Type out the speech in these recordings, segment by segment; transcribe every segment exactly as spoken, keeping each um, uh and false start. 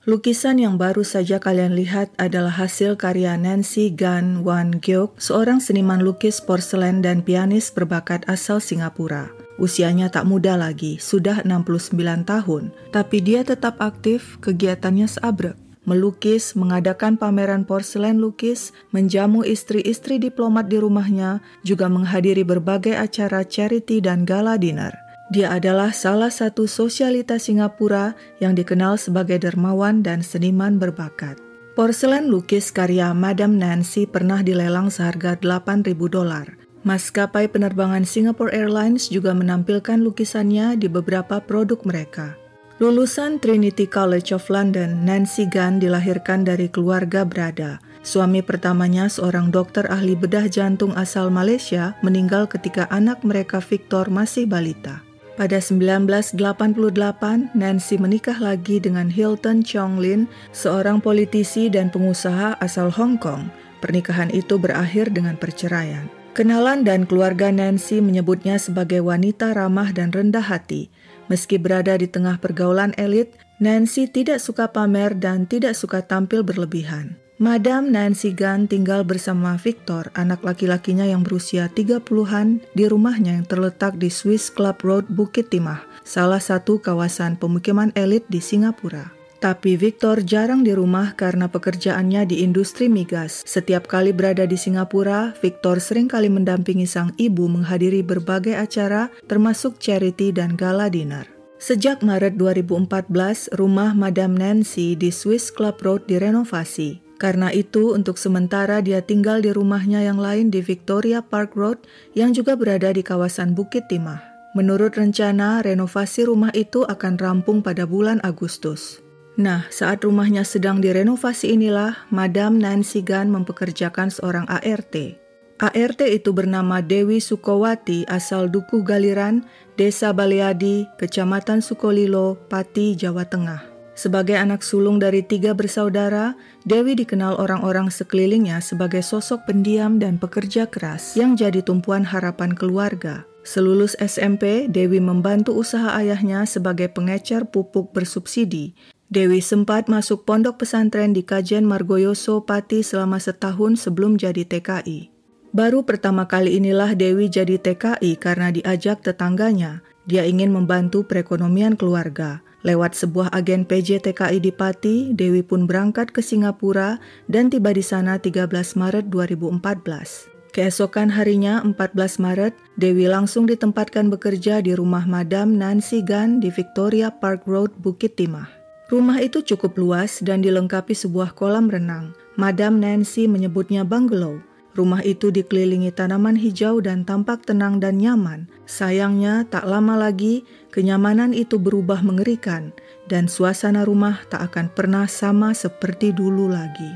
Lukisan yang baru saja kalian lihat adalah hasil karya Nancy Gan Wan Geok, seorang seniman lukis porselen dan pianis berbakat asal Singapura. Usianya tak muda lagi, sudah enam puluh sembilan tahun, tapi dia tetap aktif, kegiatannya seabrek. Melukis, mengadakan pameran porselen lukis, menjamu istri-istri diplomat di rumahnya, juga menghadiri berbagai acara charity dan gala dinner. Dia adalah salah satu sosialita Singapura yang dikenal sebagai dermawan dan seniman berbakat. Porselen lukis karya Madam Nancy pernah dilelang seharga delapan ribu dolar. Maskapai penerbangan Singapore Airlines juga menampilkan lukisannya di beberapa produk mereka. Lulusan Trinity College of London, Nancy Gan dilahirkan dari keluarga berada. Suami pertamanya, seorang dokter ahli bedah jantung asal Malaysia, meninggal ketika anak mereka Victor masih balita. Pada sembilan belas delapan puluh delapan, Nancy menikah lagi dengan Hilton Chong Lin, seorang politisi dan pengusaha asal Hong Kong. Pernikahan itu berakhir dengan perceraian. Kenalan dan keluarga Nancy menyebutnya sebagai wanita ramah dan rendah hati. Meski berada di tengah pergaulan elit, Nancy tidak suka pamer dan tidak suka tampil berlebihan. Madam Nancy Gan tinggal bersama Victor, anak laki-lakinya yang berusia tiga puluhan, di rumahnya yang terletak di Swiss Club Road, Bukit Timah, salah satu kawasan pemukiman elit di Singapura. Tapi Victor jarang di rumah karena pekerjaannya di industri migas. Setiap kali berada di Singapura, Victor seringkali mendampingi sang ibu menghadiri berbagai acara, termasuk charity dan gala dinner. Sejak Maret dua ribu empat belas, rumah Madam Nancy di Swiss Club Road direnovasi. Karena itu, untuk sementara dia tinggal di rumahnya yang lain di Victoria Park Road yang juga berada di kawasan Bukit Timah. Menurut rencana, renovasi rumah itu akan rampung pada bulan Agustus. Nah, saat rumahnya sedang direnovasi inilah, Madam Nancy Gan mempekerjakan seorang A R T. A R T itu bernama Dewi Sukowati, asal Dukuh Galiran, Desa Baleadi, Kecamatan Sukolilo, Pati, Jawa Tengah. Sebagai anak sulung dari tiga bersaudara, Dewi dikenal orang-orang sekelilingnya sebagai sosok pendiam dan pekerja keras yang jadi tumpuan harapan keluarga. Selulus S M P, Dewi membantu usaha ayahnya sebagai pengecer pupuk bersubsidi. Dewi sempat masuk pondok pesantren di Kajen Margoyoso, Pati selama setahun sebelum jadi T K I. Baru pertama kali inilah Dewi jadi T K I karena diajak tetangganya. Dia ingin membantu perekonomian keluarga. Lewat sebuah agen P J T K I di Pati, Dewi pun berangkat ke Singapura dan tiba di sana tiga belas Maret dua ribu empat belas. Keesokan harinya, empat belas Maret, Dewi langsung ditempatkan bekerja di rumah Madam Nancy Gan di Victoria Park Road, Bukit Timah. Rumah itu cukup luas dan dilengkapi sebuah kolam renang. Madam Nancy menyebutnya bungalow. Rumah itu dikelilingi tanaman hijau dan tampak tenang dan nyaman. Sayangnya, tak lama lagi, kenyamanan itu berubah mengerikan dan suasana rumah tak akan pernah sama seperti dulu lagi.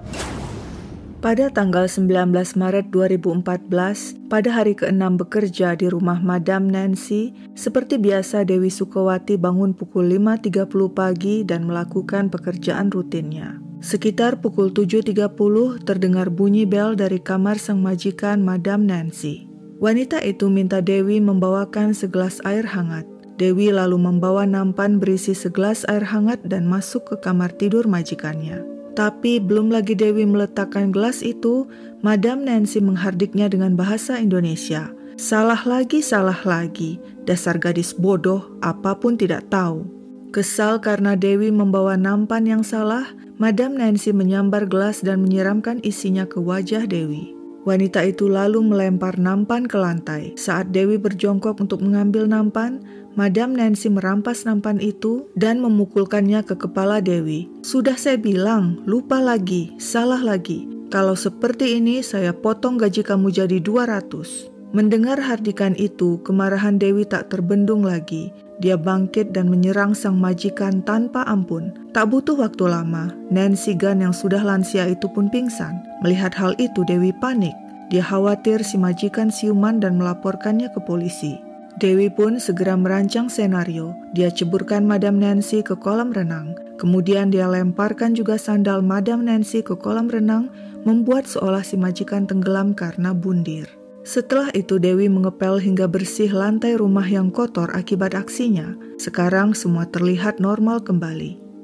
Pada tanggal sembilan belas Maret dua ribu empat belas, pada hari keenam bekerja di rumah Madam Nancy, seperti biasa Dewi Sukowati bangun pukul lima tiga puluh pagi dan melakukan pekerjaan rutinnya. Sekitar pukul tujuh tiga puluh terdengar bunyi bel dari kamar sang majikan Madam Nancy. Wanita itu minta Dewi membawakan segelas air hangat. Dewi lalu membawa nampan berisi segelas air hangat dan masuk ke kamar tidur majikannya. Tapi belum lagi Dewi meletakkan gelas itu, Madam Nancy menghardiknya dengan bahasa Indonesia. Salah lagi, salah lagi, dasar gadis bodoh, apapun tidak tahu. Kesal karena Dewi membawa nampan yang salah, Madam Nancy menyambar gelas dan menyiramkan isinya ke wajah Dewi. Wanita itu lalu melempar nampan ke lantai. Saat Dewi berjongkok untuk mengambil nampan, Madam Nancy merampas nampan itu dan memukulkannya ke kepala Dewi. Sudah saya bilang, lupa lagi, salah lagi. Kalau seperti ini, saya potong gaji kamu jadi dua ratus. Mendengar hardikan itu, kemarahan Dewi tak terbendung lagi. Dia bangkit dan menyerang sang majikan tanpa ampun. Tak butuh waktu lama, Nancy Gan yang sudah lansia itu pun pingsan. Melihat hal itu, Dewi panik. Dia khawatir si majikan siuman dan melaporkannya ke polisi. Dewi pun segera merancang senario. Dia ceburkan Madam Nancy ke kolam renang. Kemudian dia lemparkan juga sandal Madam Nancy ke kolam renang, membuat seolah si majikan tenggelam karena bundir. Setelah itu Dewi mengepel hingga bersih lantai rumah yang kotor akibat aksinya. Sekarang semua terlihat normal kembali.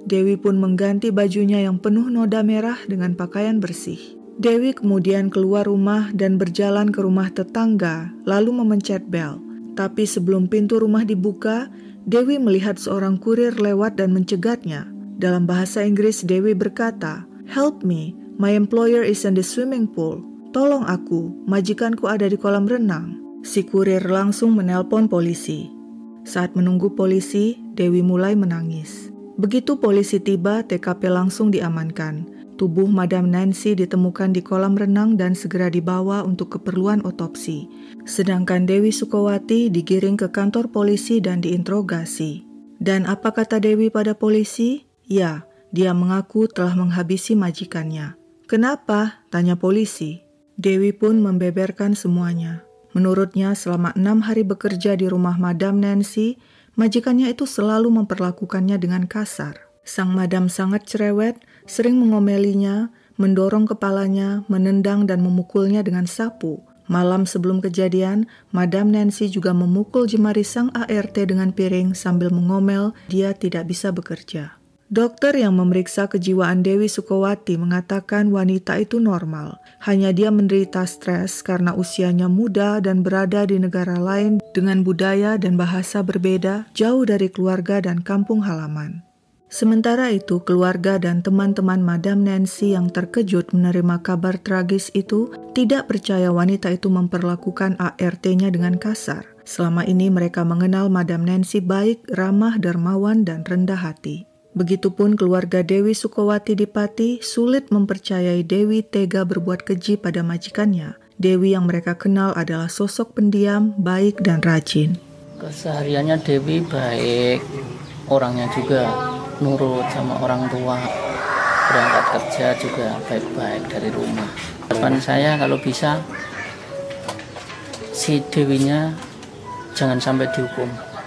Dewi pun mengganti bajunya yang penuh noda merah dengan pakaian bersih. Dewi kemudian keluar rumah dan berjalan ke rumah tetangga, lalu memencet bel. Tapi sebelum pintu rumah dibuka, Dewi melihat seorang kurir lewat dan mencegatnya. Dalam bahasa Inggris, Dewi berkata, "Help me, my employer is in the swimming pool." Tolong aku, majikanku ada di kolam renang. Si kurir langsung menelpon polisi. Saat menunggu polisi, Dewi mulai menangis. Begitu polisi tiba, T K P langsung diamankan. Tubuh Madam Nancy ditemukan di kolam renang dan segera dibawa untuk keperluan otopsi. Sedangkan Dewi Sukowati digiring ke kantor polisi dan diinterogasi. Dan apa kata Dewi pada polisi? Ya, dia mengaku telah menghabisi majikannya. "Kenapa?" tanya polisi. Dewi pun membeberkan semuanya. Menurutnya, selama enam hari bekerja di rumah Madam Nancy, majikannya itu selalu memperlakukannya dengan kasar. Sang madam sangat cerewet, sering mengomelinya, mendorong kepalanya, menendang dan memukulnya dengan sapu. Malam sebelum kejadian, Madam Nancy juga memukul jemari sang A R T dengan piring sambil mengomel dia tidak bisa bekerja. Dokter yang memeriksa kejiwaan Dewi Sukowati mengatakan wanita itu normal. Hanya dia menderita stres karena usianya muda dan berada di negara lain dengan budaya dan bahasa berbeda, jauh dari keluarga dan kampung halaman. Sementara itu, keluarga dan teman-teman Madam Nancy yang terkejut menerima kabar tragis itu tidak percaya wanita itu memperlakukan A R T-nya dengan kasar. Selama ini mereka mengenal Madam Nancy baik, ramah, dermawan, dan rendah hati. Begitupun keluarga Dewi Sukowati di Pati sulit mempercayai Dewi tega berbuat keji pada majikannya. Dewi yang mereka kenal adalah sosok pendiam, baik, dan rajin. Kesehariannya Dewi baik, orangnya juga nurut sama orang tua, berangkat kerja juga baik-baik dari rumah. Harapan saya kalau bisa si Dewinya jangan sampai dihukum.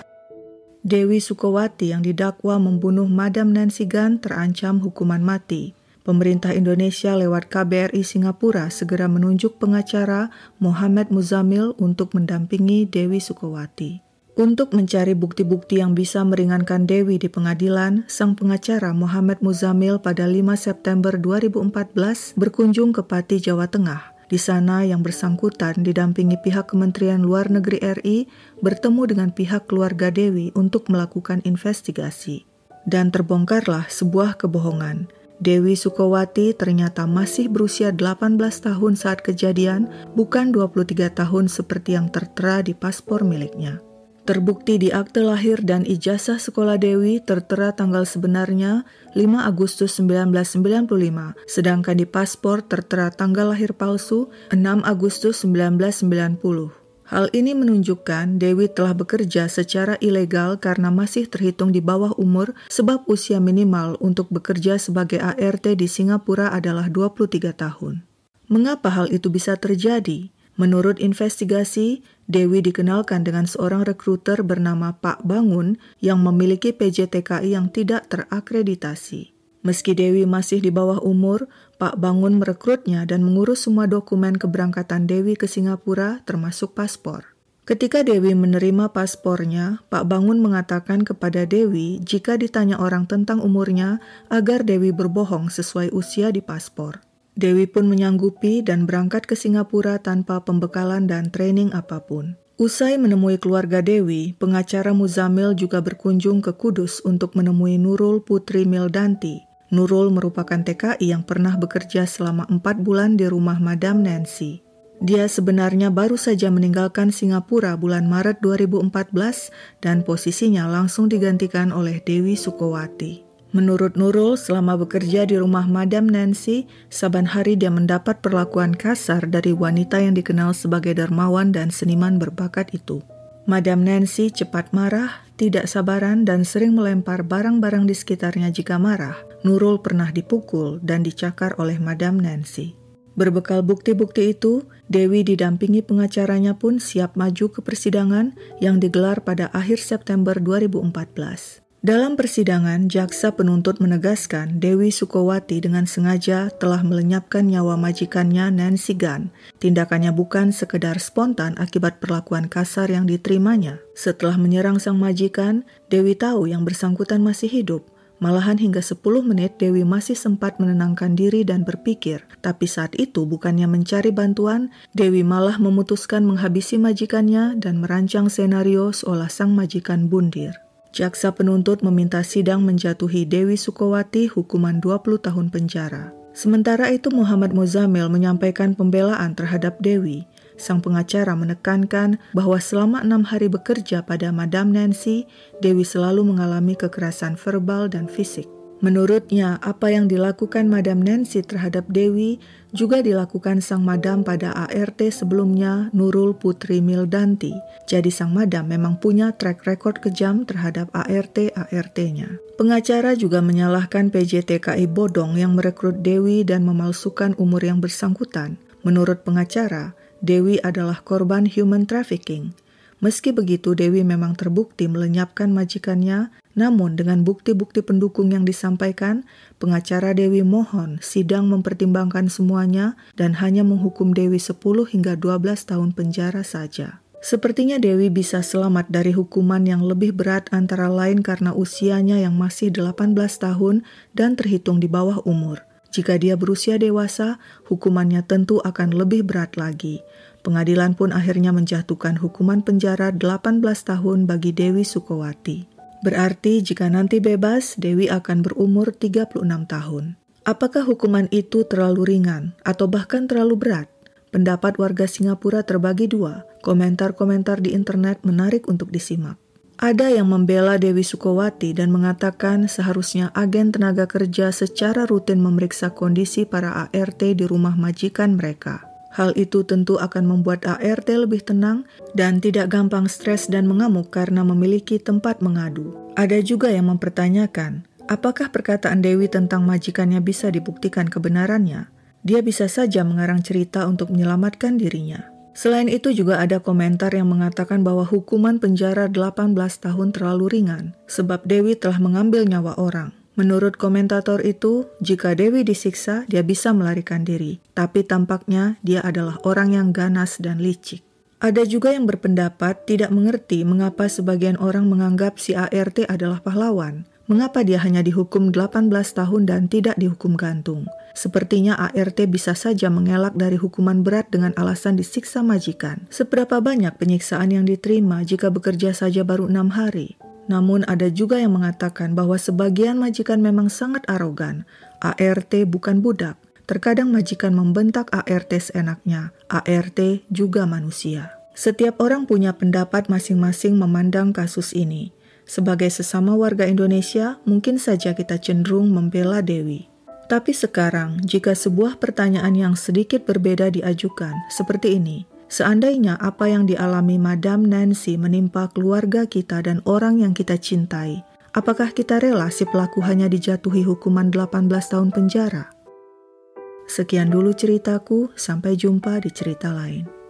Dewi Sukowati yang didakwa membunuh Madam Nancy Gunn terancam hukuman mati. Pemerintah Indonesia lewat K B R I Singapura segera menunjuk pengacara Muhammad Muzamil untuk mendampingi Dewi Sukowati. Untuk mencari bukti-bukti yang bisa meringankan Dewi di pengadilan, sang pengacara Muhammad Muzamil pada lima September dua ribu empat belas berkunjung ke Pati, Jawa Tengah. Di sana yang bersangkutan didampingi pihak Kementerian Luar Negeri R I bertemu dengan pihak keluarga Dewi untuk melakukan investigasi. Dan terbongkarlah sebuah kebohongan. Dewi Sukowati ternyata masih berusia delapan belas tahun saat kejadian, bukan dua puluh tiga tahun seperti yang tertera di paspor miliknya. Terbukti di akte lahir dan ijazah sekolah Dewi tertera tanggal sebenarnya lima Agustus seribu sembilan ratus sembilan puluh lima, sedangkan di paspor tertera tanggal lahir palsu enam Agustus seribu sembilan ratus sembilan puluh. Hal ini menunjukkan Dewi telah bekerja secara ilegal karena masih terhitung di bawah umur sebab usia minimal untuk bekerja sebagai A R T di Singapura adalah dua puluh tiga tahun. Mengapa hal itu bisa terjadi? Menurut investigasi, Dewi dikenalkan dengan seorang rekruter bernama Pak Bangun yang memiliki P J T K I yang tidak terakreditasi. Meski Dewi masih di bawah umur, Pak Bangun merekrutnya dan mengurus semua dokumen keberangkatan Dewi ke Singapura termasuk paspor. Ketika Dewi menerima paspornya, Pak Bangun mengatakan kepada Dewi jika ditanya orang tentang umurnya agar Dewi berbohong sesuai usia di paspor. Dewi pun menyanggupi dan berangkat ke Singapura tanpa pembekalan dan training apapun. Usai menemui keluarga Dewi, pengacara Muzamil juga berkunjung ke Kudus untuk menemui Nurul Putri Mildanti. Nurul merupakan T K I yang pernah bekerja selama empat bulan di rumah Madam Nancy. Dia sebenarnya baru saja meninggalkan Singapura bulan Maret dua ribu empat belas dan posisinya langsung digantikan oleh Dewi Sukowati. Menurut Nurul, selama bekerja di rumah Madam Nancy, saban hari dia mendapat perlakuan kasar dari wanita yang dikenal sebagai dermawan dan seniman berbakat itu. Madam Nancy cepat marah, tidak sabaran, dan sering melempar barang-barang di sekitarnya jika marah. Nurul pernah dipukul dan dicakar oleh Madam Nancy. Berbekal bukti-bukti itu, Dewi didampingi pengacaranya pun siap maju ke persidangan yang digelar pada akhir September dua ribu empat belas. Dalam persidangan, jaksa penuntut menegaskan Dewi Sukowati dengan sengaja telah melenyapkan nyawa majikannya Nancy Gunn. Tindakannya bukan sekedar spontan akibat perlakuan kasar yang diterimanya. Setelah menyerang sang majikan, Dewi tahu yang bersangkutan masih hidup. Malahan hingga sepuluh menit Dewi masih sempat menenangkan diri dan berpikir. Tapi saat itu bukannya mencari bantuan, Dewi malah memutuskan menghabisi majikannya dan merancang senario seolah sang majikan bundir. Jaksa penuntut meminta sidang menjatuhi Dewi Sukowati hukuman dua puluh tahun penjara. Sementara itu Muhammad Muzamil menyampaikan pembelaan terhadap Dewi. Sang pengacara menekankan bahwa selama enam hari bekerja pada Madam Nancy, Dewi selalu mengalami kekerasan verbal dan fisik. Menurutnya, apa yang dilakukan Madam Nancy terhadap Dewi juga dilakukan sang Madam pada A R T sebelumnya, Nurul Putri Mildanti. Jadi sang Madam memang punya track record kejam terhadap A R T-A R T-nya. Pengacara juga menyalahkan P J T K I bodong yang merekrut Dewi dan memalsukan umur yang bersangkutan. Menurut pengacara, Dewi adalah korban human trafficking. Meski begitu, Dewi memang terbukti melenyapkan majikannya, namun dengan bukti-bukti pendukung yang disampaikan, pengacara Dewi mohon sidang mempertimbangkan semuanya dan hanya menghukum Dewi sepuluh hingga dua belas tahun penjara saja. Sepertinya Dewi bisa selamat dari hukuman yang lebih berat antara lain karena usianya yang masih delapan belas tahun dan terhitung di bawah umur. Jika dia berusia dewasa, hukumannya tentu akan lebih berat lagi. Pengadilan pun akhirnya menjatuhkan hukuman penjara delapan belas tahun bagi Dewi Sukowati. Berarti jika nanti bebas, Dewi akan berumur tiga puluh enam tahun. Apakah hukuman itu terlalu ringan atau bahkan terlalu berat? Pendapat warga Singapura terbagi dua. Komentar-komentar di internet menarik untuk disimak. Ada yang membela Dewi Sukowati dan mengatakan seharusnya agen tenaga kerja secara rutin memeriksa kondisi para A R T di rumah majikan mereka. Hal itu tentu akan membuat A R T lebih tenang dan tidak gampang stres dan mengamuk karena memiliki tempat mengadu. Ada juga yang mempertanyakan, apakah perkataan Dewi tentang majikannya bisa dibuktikan kebenarannya? Dia bisa saja mengarang cerita untuk menyelamatkan dirinya. Selain itu juga ada komentar yang mengatakan bahwa hukuman penjara delapan belas tahun terlalu ringan, sebab Dewi telah mengambil nyawa orang. Menurut komentator itu, jika Dewi disiksa, dia bisa melarikan diri. Tapi tampaknya dia adalah orang yang ganas dan licik. Ada juga yang berpendapat tidak mengerti mengapa sebagian orang menganggap si A R T adalah pahlawan. Mengapa dia hanya dihukum delapan belas tahun dan tidak dihukum gantung? Sepertinya A R T bisa saja mengelak dari hukuman berat dengan alasan disiksa majikan. Seberapa banyak penyiksaan yang diterima jika bekerja saja baru enam hari? Namun ada juga yang mengatakan bahwa sebagian majikan memang sangat arogan. A R T bukan budak. Terkadang majikan membentak A R T seenaknya. A R T juga manusia. Setiap orang punya pendapat masing-masing memandang kasus ini. Sebagai sesama warga Indonesia, mungkin saja kita cenderung membela Dewi. Tapi sekarang, jika sebuah pertanyaan yang sedikit berbeda diajukan, seperti ini, seandainya apa yang dialami Madam Nancy menimpa keluarga kita dan orang yang kita cintai, apakah kita rela si pelaku hanya dijatuhi hukuman delapan belas tahun penjara? Sekian dulu ceritaku, sampai jumpa di cerita lain.